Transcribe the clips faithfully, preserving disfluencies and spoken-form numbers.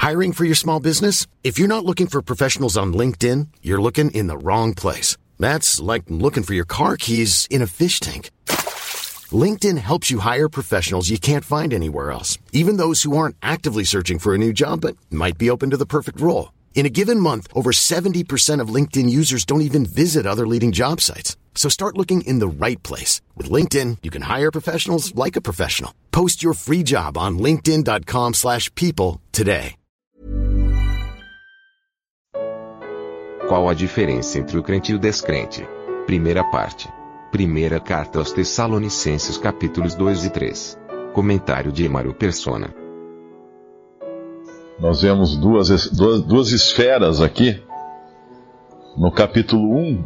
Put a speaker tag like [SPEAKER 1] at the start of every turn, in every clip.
[SPEAKER 1] Hiring for your small business? If you're not looking for professionals on LinkedIn, you're looking in the wrong place. That's like looking for your car keys in a fish tank. LinkedIn helps you hire professionals you can't find anywhere else, even those who aren't actively searching for a new job but might be open to the perfect role. In a given month, over seventy percent of LinkedIn users don't even visit other leading job sites. So start looking in the right place. With LinkedIn, you can hire professionals like a professional. Post your free job on linkedin dot com slash people today.
[SPEAKER 2] Qual a diferença entre o crente e o descrente? Primeira parte. Primeira carta aos Tessalonicenses, capítulos dois e três. Comentário de Emaro Persona.
[SPEAKER 3] Nós vemos duas, duas, duas esferas aqui, no capítulo um,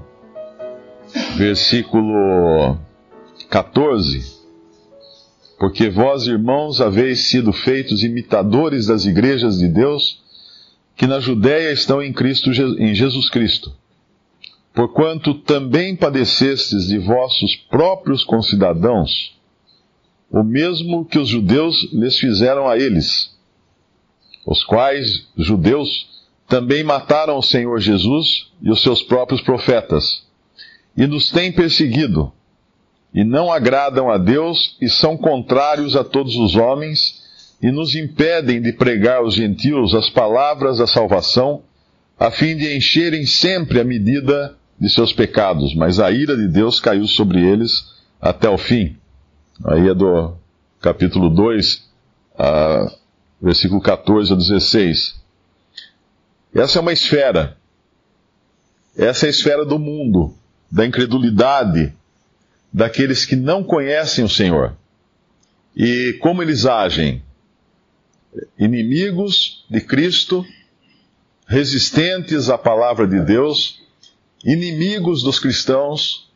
[SPEAKER 3] versículo catorze. Porque vós, irmãos, haveis sido feitos imitadores das igrejas de Deus, que na Judéia estão em Cristo, em Jesus Cristo. Porquanto também padecestes de vossos próprios concidadãos, o mesmo que os judeus lhes fizeram a eles, os quais, judeus, também mataram o Senhor Jesus e os seus próprios profetas, e nos têm perseguido, e não agradam a Deus, e são contrários a todos os homens, e nos impedem de pregar aos gentios as palavras da salvação, a fim de encherem sempre a medida de seus pecados, mas a ira de Deus caiu sobre eles até o fim. Aí é do capítulo dois, a versículo catorze a dezesseis. Essa é uma esfera. Essa é a esfera do mundo, da incredulidade, daqueles que não conhecem o Senhor. E como eles agem? Inimigos de Cristo, resistentes à palavra de Deus, inimigos dos cristãos,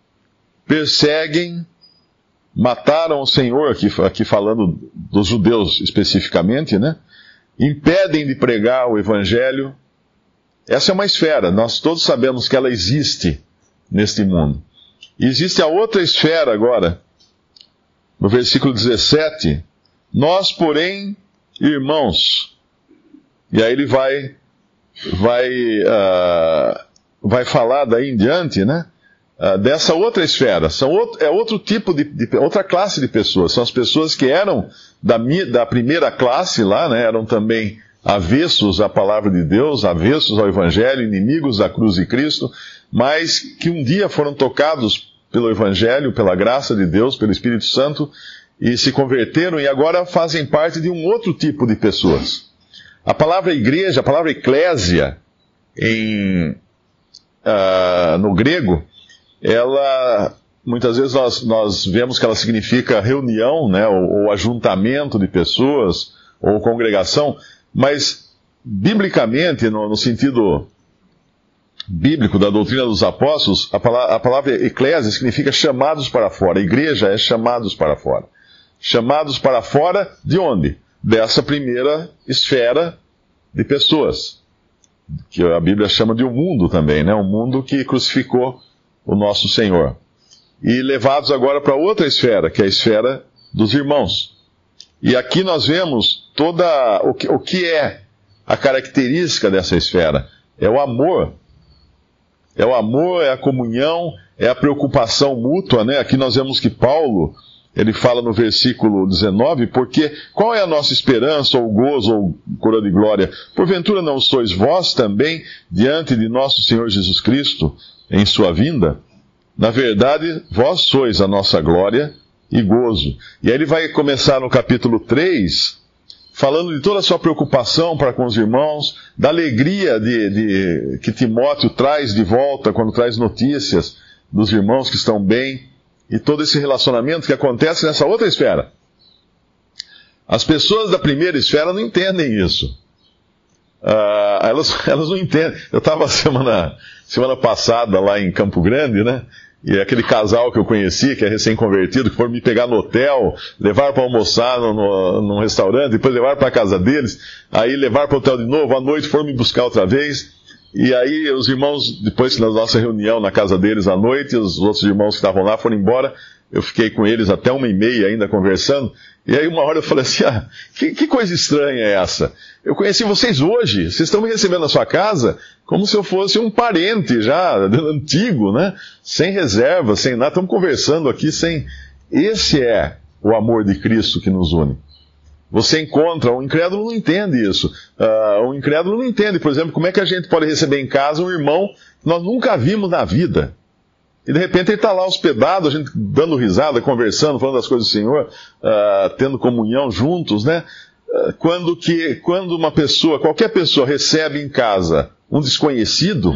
[SPEAKER 3] perseguem, mataram o Senhor, aqui, aqui falando dos judeus especificamente, né? Impedem de pregar o Evangelho. Essa é uma esfera, nós todos sabemos que ela existe neste mundo. E existe a outra esfera agora, no versículo dezessete, nós, porém, irmãos, e aí ele vai, vai, uh, vai falar daí em diante, né? Uh, dessa outra esfera, são outro, é outro tipo de, de, outra classe de pessoas, são as pessoas que eram da, da primeira classe lá, né? Eram também avessos à palavra de Deus, avessos ao Evangelho, inimigos da cruz de Cristo, mas que um dia foram tocados pelo Evangelho, pela graça de Deus, pelo Espírito Santo, e se converteram e agora fazem parte de um outro tipo de pessoas. A palavra igreja, a palavra eclésia, em, uh, no grego, ela, muitas vezes nós, nós vemos que ela significa reunião, né, ou, ou ajuntamento de pessoas, ou congregação, mas, biblicamente, no, no sentido bíblico da doutrina dos apóstolos, a palavra, a palavra eclésia significa chamados para fora. A igreja é chamados para fora. Chamados para fora de onde? Dessa primeira esfera de pessoas, que a Bíblia chama de um mundo também, né? Um mundo que crucificou o nosso Senhor. E levados agora para outra esfera, que é a esfera dos irmãos. E aqui nós vemos toda o que, o que é a característica dessa esfera. É o amor. É o amor, é a comunhão, é a preocupação mútua, né? Aqui nós vemos que Paulo, ele fala no versículo dezenove, porque qual é a nossa esperança, ou gozo, ou coroa de glória? Porventura não sois vós também diante de nosso Senhor Jesus Cristo em sua vinda? Na verdade, vós sois a nossa glória e gozo. E aí ele vai começar no capítulo três, falando de toda a sua preocupação para com os irmãos, da alegria de, de, que Timóteo traz de volta quando traz notícias dos irmãos que estão bem, e todo esse relacionamento que acontece nessa outra esfera. As pessoas da primeira esfera não entendem isso. Uh, elas, elas não entendem. Eu estava semana, semana passada lá em Campo Grande, né? E aquele casal que eu conheci, que é recém-convertido, que foram me pegar no hotel, levar para almoçar no, no, num restaurante, depois levar para a casa deles, aí levar para o hotel de novo, à noite foram me buscar outra vez. E aí os irmãos, depois da nossa reunião na casa deles à noite, os outros irmãos que estavam lá foram embora, eu fiquei com eles até uma e meia ainda conversando, e aí uma hora eu falei assim, ah, que, que coisa estranha é essa? Eu conheci vocês hoje, vocês estão me recebendo na sua casa como se eu fosse um parente já, antigo, né? Sem reserva, sem nada, estamos conversando aqui sem... Esse é o amor de Cristo que nos une. Você encontra, o incrédulo não entende isso. Uh, o incrédulo não entende, por exemplo, como é que a gente pode receber em casa um irmão que nós nunca vimos na vida. E de repente ele está lá hospedado, a gente dando risada, conversando, falando das coisas do Senhor, uh, tendo comunhão juntos, né? Uh, quando, que, quando uma pessoa, qualquer pessoa recebe em casa um desconhecido,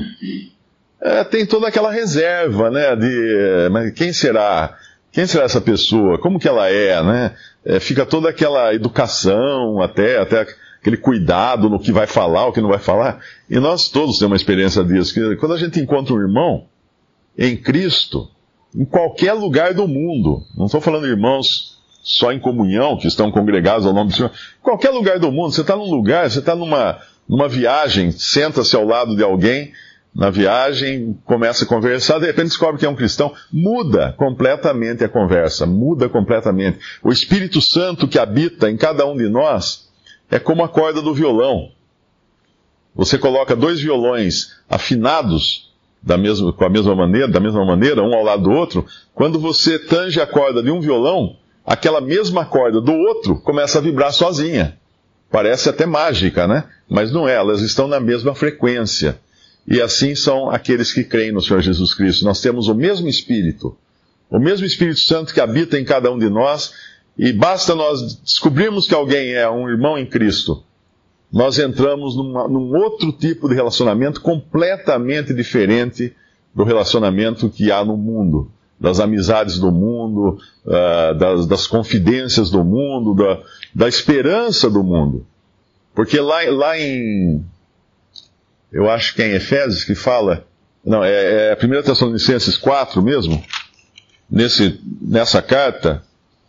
[SPEAKER 3] uh, tem toda aquela reserva, né? De, mas quem será? Quem será essa pessoa? Como que ela é, né? É, fica toda aquela educação, até, até aquele cuidado no que vai falar, o que não vai falar. E nós todos temos uma experiência disso. Que quando a gente encontra um irmão em Cristo, em qualquer lugar do mundo, não estou falando de irmãos só em comunhão, que estão congregados ao nome do Senhor, em qualquer lugar do mundo, você está num lugar, você está numa, numa viagem, senta-se ao lado de alguém, na viagem, começa a conversar, de repente descobre que é um cristão, muda completamente a conversa, muda completamente. O Espírito Santo que habita em cada um de nós é como a corda do violão. Você coloca dois violões afinados da mesma, com a mesma maneira, da mesma maneira, um ao lado do outro, quando você tange a corda de um violão, aquela mesma corda do outro começa a vibrar sozinha. Parece até mágica, né? Mas não é, elas estão na mesma frequência. E assim são aqueles que creem no Senhor Jesus Cristo. Nós temos o mesmo Espírito, o mesmo Espírito Santo que habita em cada um de nós, e basta nós descobrirmos que alguém é um irmão em Cristo, nós entramos numa, num outro tipo de relacionamento completamente diferente do relacionamento que há no mundo, das amizades do mundo, uh, das, das confidências do mundo, da, da esperança do mundo. Porque lá, lá em... Eu acho que é em Efésios que fala... Não, é, é primeira Tessalonicenses quatro mesmo. Nesse, nessa carta,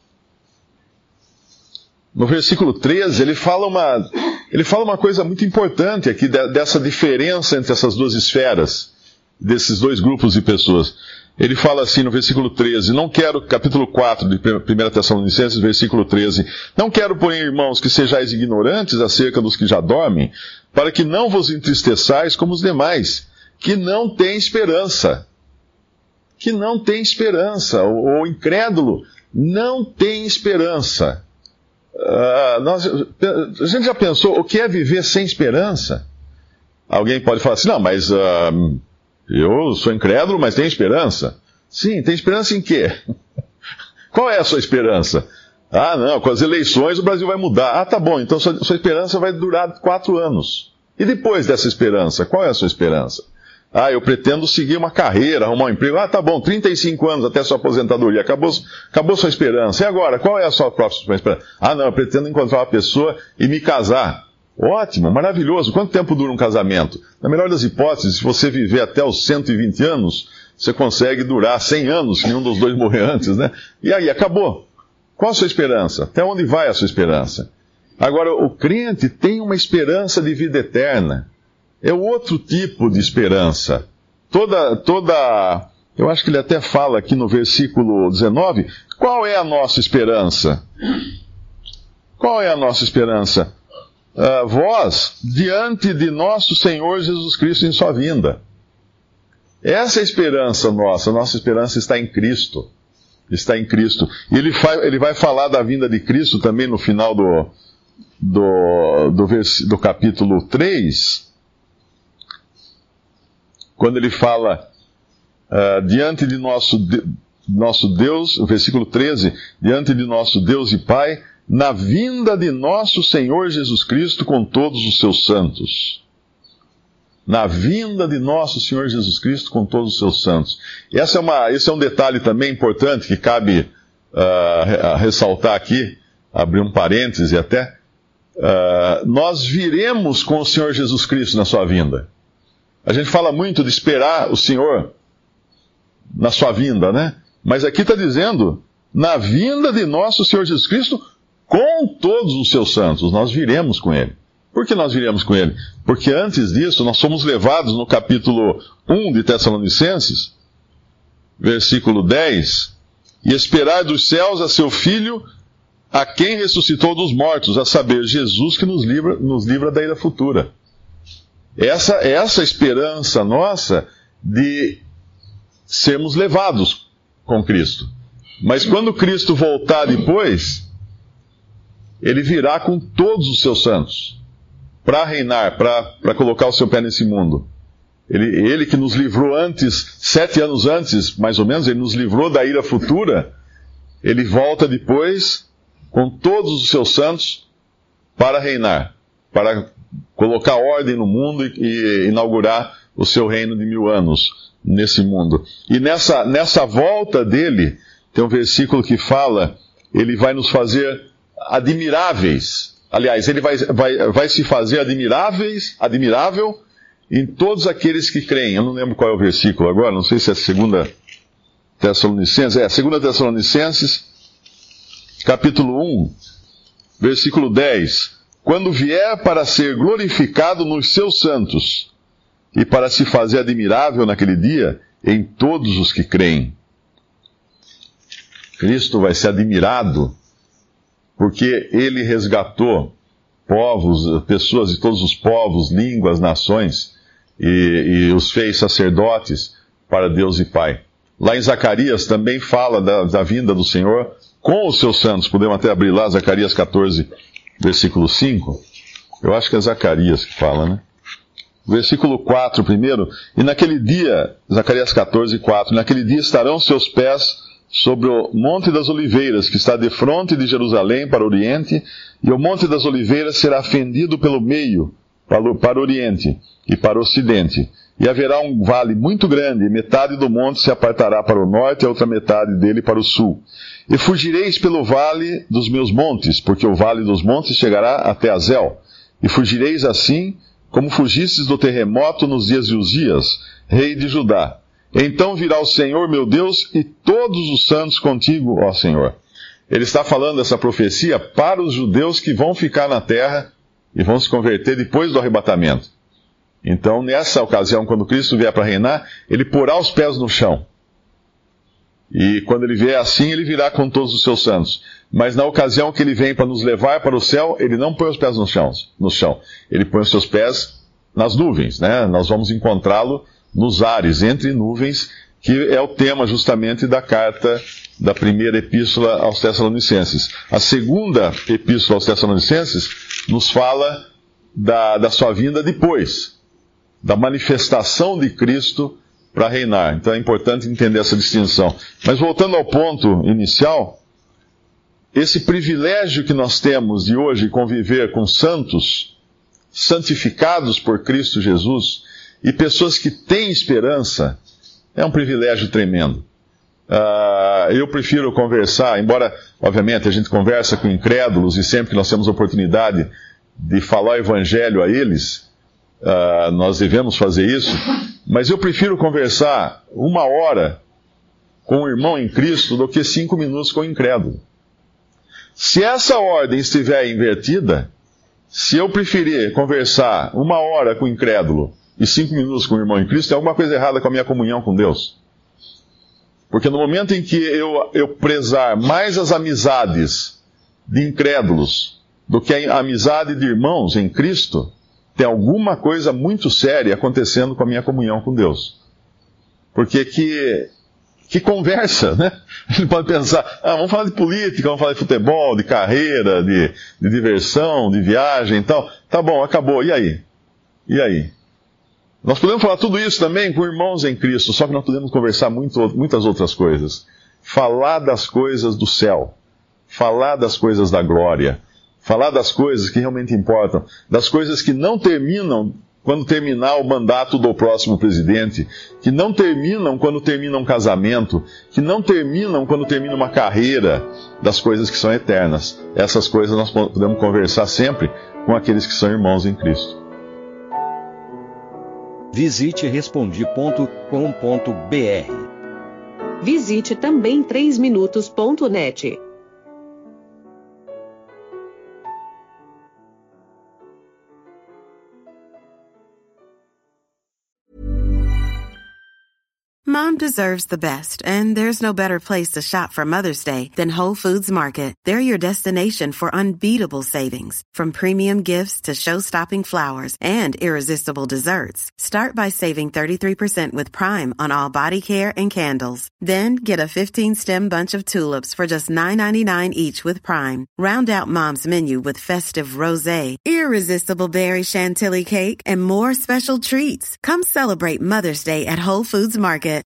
[SPEAKER 3] no versículo treze, ele fala uma, ele fala uma coisa muito importante aqui, de, dessa diferença entre essas duas esferas, desses dois grupos de pessoas. Ele fala assim no versículo treze, não quero, capítulo quatro de primeira Tessalonicenses, versículo treze, não quero, porém, irmãos, que sejais ignorantes acerca dos que já dormem, para que não vos entristeçais como os demais, que não têm esperança. Que não tem esperança. O, o incrédulo não tem esperança. Uh, nós, a gente já pensou o que é viver sem esperança? Alguém pode falar assim, não, mas uh, eu sou incrédulo, mas tenho esperança. Sim, tem esperança em quê? Qual é a sua esperança? Ah, não, com as eleições o Brasil vai mudar. Ah, tá bom, então sua, sua esperança vai durar quatro anos. E depois dessa esperança, qual é a sua esperança? Ah, eu pretendo seguir uma carreira, arrumar um emprego. Ah, tá bom, trinta e cinco anos até sua aposentadoria. Acabou, acabou sua esperança. E agora, qual é a sua próxima esperança? Ah, não, eu pretendo encontrar uma pessoa e me casar. Ótimo, maravilhoso. Quanto tempo dura um casamento? Na melhor das hipóteses, se você viver até os cento e vinte anos, você consegue durar cem anos, se nenhum dos dois morrer antes, né? E aí, acabou. Qual a sua esperança? Até onde vai a sua esperança? Agora, o crente tem uma esperança de vida eterna. É outro tipo de esperança. Toda, toda, eu acho que ele até fala aqui no versículo dezenove, qual é a nossa esperança? Qual é a nossa esperança? Uh, vós, diante de nosso Senhor Jesus Cristo em sua vinda. Essa é a esperança nossa, nossa esperança está em Cristo. Está em Cristo. E ele vai, ele vai falar da vinda de Cristo também no final do, do, do, vers, do capítulo três, quando ele fala, uh, diante de nosso, de, nosso Deus, o versículo treze, diante de nosso Deus e Pai, na vinda de nosso Senhor Jesus Cristo com todos os seus santos. Na vinda de nosso Senhor Jesus Cristo com todos os seus santos. E essa é uma, esse é um detalhe também importante que cabe uh, ressaltar aqui, abrir um parêntese até. Uh, nós viremos com o Senhor Jesus Cristo na sua vinda. A gente fala muito de esperar o Senhor na sua vinda, né? Mas aqui está dizendo, na vinda de nosso Senhor Jesus Cristo, com todos os seus santos, nós viremos com Ele. Por que nós viremos com Ele? Porque antes disso, nós somos levados no capítulo um de Tessalonicenses, versículo dez, e esperar dos céus a seu Filho, a quem ressuscitou dos mortos, a saber, Jesus que nos livra, nos livra da ira futura. Essa, essa esperança nossa de sermos levados com Cristo. Mas quando Cristo voltar depois, Ele virá com todos os seus santos para reinar, para colocar o seu pé nesse mundo. Ele, ele que nos livrou antes, sete anos antes, mais ou menos, Ele nos livrou da ira futura. Ele volta depois com todos os seus santos para reinar, para colocar ordem no mundo e, e inaugurar o seu reino de mil anos nesse mundo. E nessa, nessa volta dele, tem um versículo que fala, ele vai nos fazer admiráveis. Aliás, ele vai, vai, vai se fazer admiráveis, admirável em todos aqueles que creem. Eu não lembro qual é o versículo agora, não sei se é segunda Tessalonicenses, é segunda Tessalonicenses, capítulo um, versículo dez. Quando vier para ser glorificado nos seus santos e para se fazer admirável naquele dia em todos os que creem. Cristo vai ser admirado porque Ele resgatou povos, pessoas de todos os povos, línguas, nações e, e os fez sacerdotes para Deus e Pai. Lá em Zacarias também fala da, da vinda do Senhor com os seus santos. Podemos até abrir lá Zacarias catorze, versículo cinco. Eu acho que é Zacarias que fala, né? Versículo quatro primeiro. E naquele dia, Zacarias catorze, quatro. Naquele dia estarão seus pés sobre o Monte das Oliveiras, que está defronte de Jerusalém para o Oriente, e o Monte das Oliveiras será fendido pelo meio, para o, para o Oriente e para o Ocidente. E haverá um vale muito grande, e metade do monte se apartará para o norte, e a outra metade dele para o sul. E fugireis pelo vale dos meus montes, porque o vale dos montes chegará até Azel. E fugireis assim, como fugistes do terremoto nos dias de Uzias, rei de Judá. Então virá o Senhor, meu Deus, e todos os santos contigo, ó Senhor. Ele está falando essa profecia para os judeus que vão ficar na terra e vão se converter depois do arrebatamento. Então, nessa ocasião, quando Cristo vier para reinar, Ele porá os pés no chão. E quando Ele vier assim, Ele virá com todos os seus santos. Mas na ocasião que Ele vem para nos levar para o céu, Ele não põe os pés no chão. No chão. Ele põe os seus pés nas nuvens, né? Nós vamos encontrá-lo nos ares, entre nuvens, que é o tema justamente da carta da primeira epístola aos Tessalonicenses. A segunda epístola aos Tessalonicenses nos fala da, da sua vinda depois, da manifestação de Cristo para reinar. Então é importante entender essa distinção. Mas voltando ao ponto inicial, esse privilégio que nós temos de hoje conviver com santos, santificados por Cristo Jesus, e pessoas que têm esperança, é um privilégio tremendo. Uh, eu prefiro conversar, embora, obviamente, a gente conversa com incrédulos, e sempre que nós temos oportunidade de falar o evangelho a eles, uh, nós devemos fazer isso, mas eu prefiro conversar uma hora com um irmão em Cristo do que cinco minutos com um incrédulo. Se essa ordem estiver invertida, se eu preferir conversar uma hora com o incrédulo e cinco minutos com o irmão em Cristo, tem alguma coisa errada com a minha comunhão com Deus. Porque no momento em que eu, eu prezar mais as amizades de incrédulos do que a amizade de irmãos em Cristo, tem alguma coisa muito séria acontecendo com a minha comunhão com Deus. Porque que, que conversa, né? A gente pode pensar, ah, vamos falar de política, vamos falar de futebol, de carreira, de, de diversão, de viagem e tal. Tá bom, acabou, e aí? E aí? Nós podemos falar tudo isso também com irmãos em Cristo, só que nós podemos conversar muito, muitas outras coisas. Falar das coisas do céu, falar das coisas da glória, falar das coisas que realmente importam, das coisas que não terminam quando terminar o mandato do próximo presidente, que não terminam quando termina um casamento, que não terminam quando termina uma carreira, das coisas que são eternas. Essas coisas nós podemos conversar sempre com aqueles que são irmãos em Cristo.
[SPEAKER 4] Visite respondi ponto com ponto br.
[SPEAKER 5] Visite também três minutos ponto net.
[SPEAKER 6] Mom deserves the best, and there's no better place to shop for Mother's Day than Whole Foods Market. They're your destination for unbeatable savings, from premium gifts to show-stopping flowers and irresistible desserts. Start by saving thirty-three percent with Prime on all body care and candles. Then get a fifteen-stem bunch of tulips for just nine ninety-nine each with Prime. Round out Mom's menu with festive rosé, irresistible berry chantilly cake, and more special treats. Come celebrate Mother's Day at Whole Foods Market.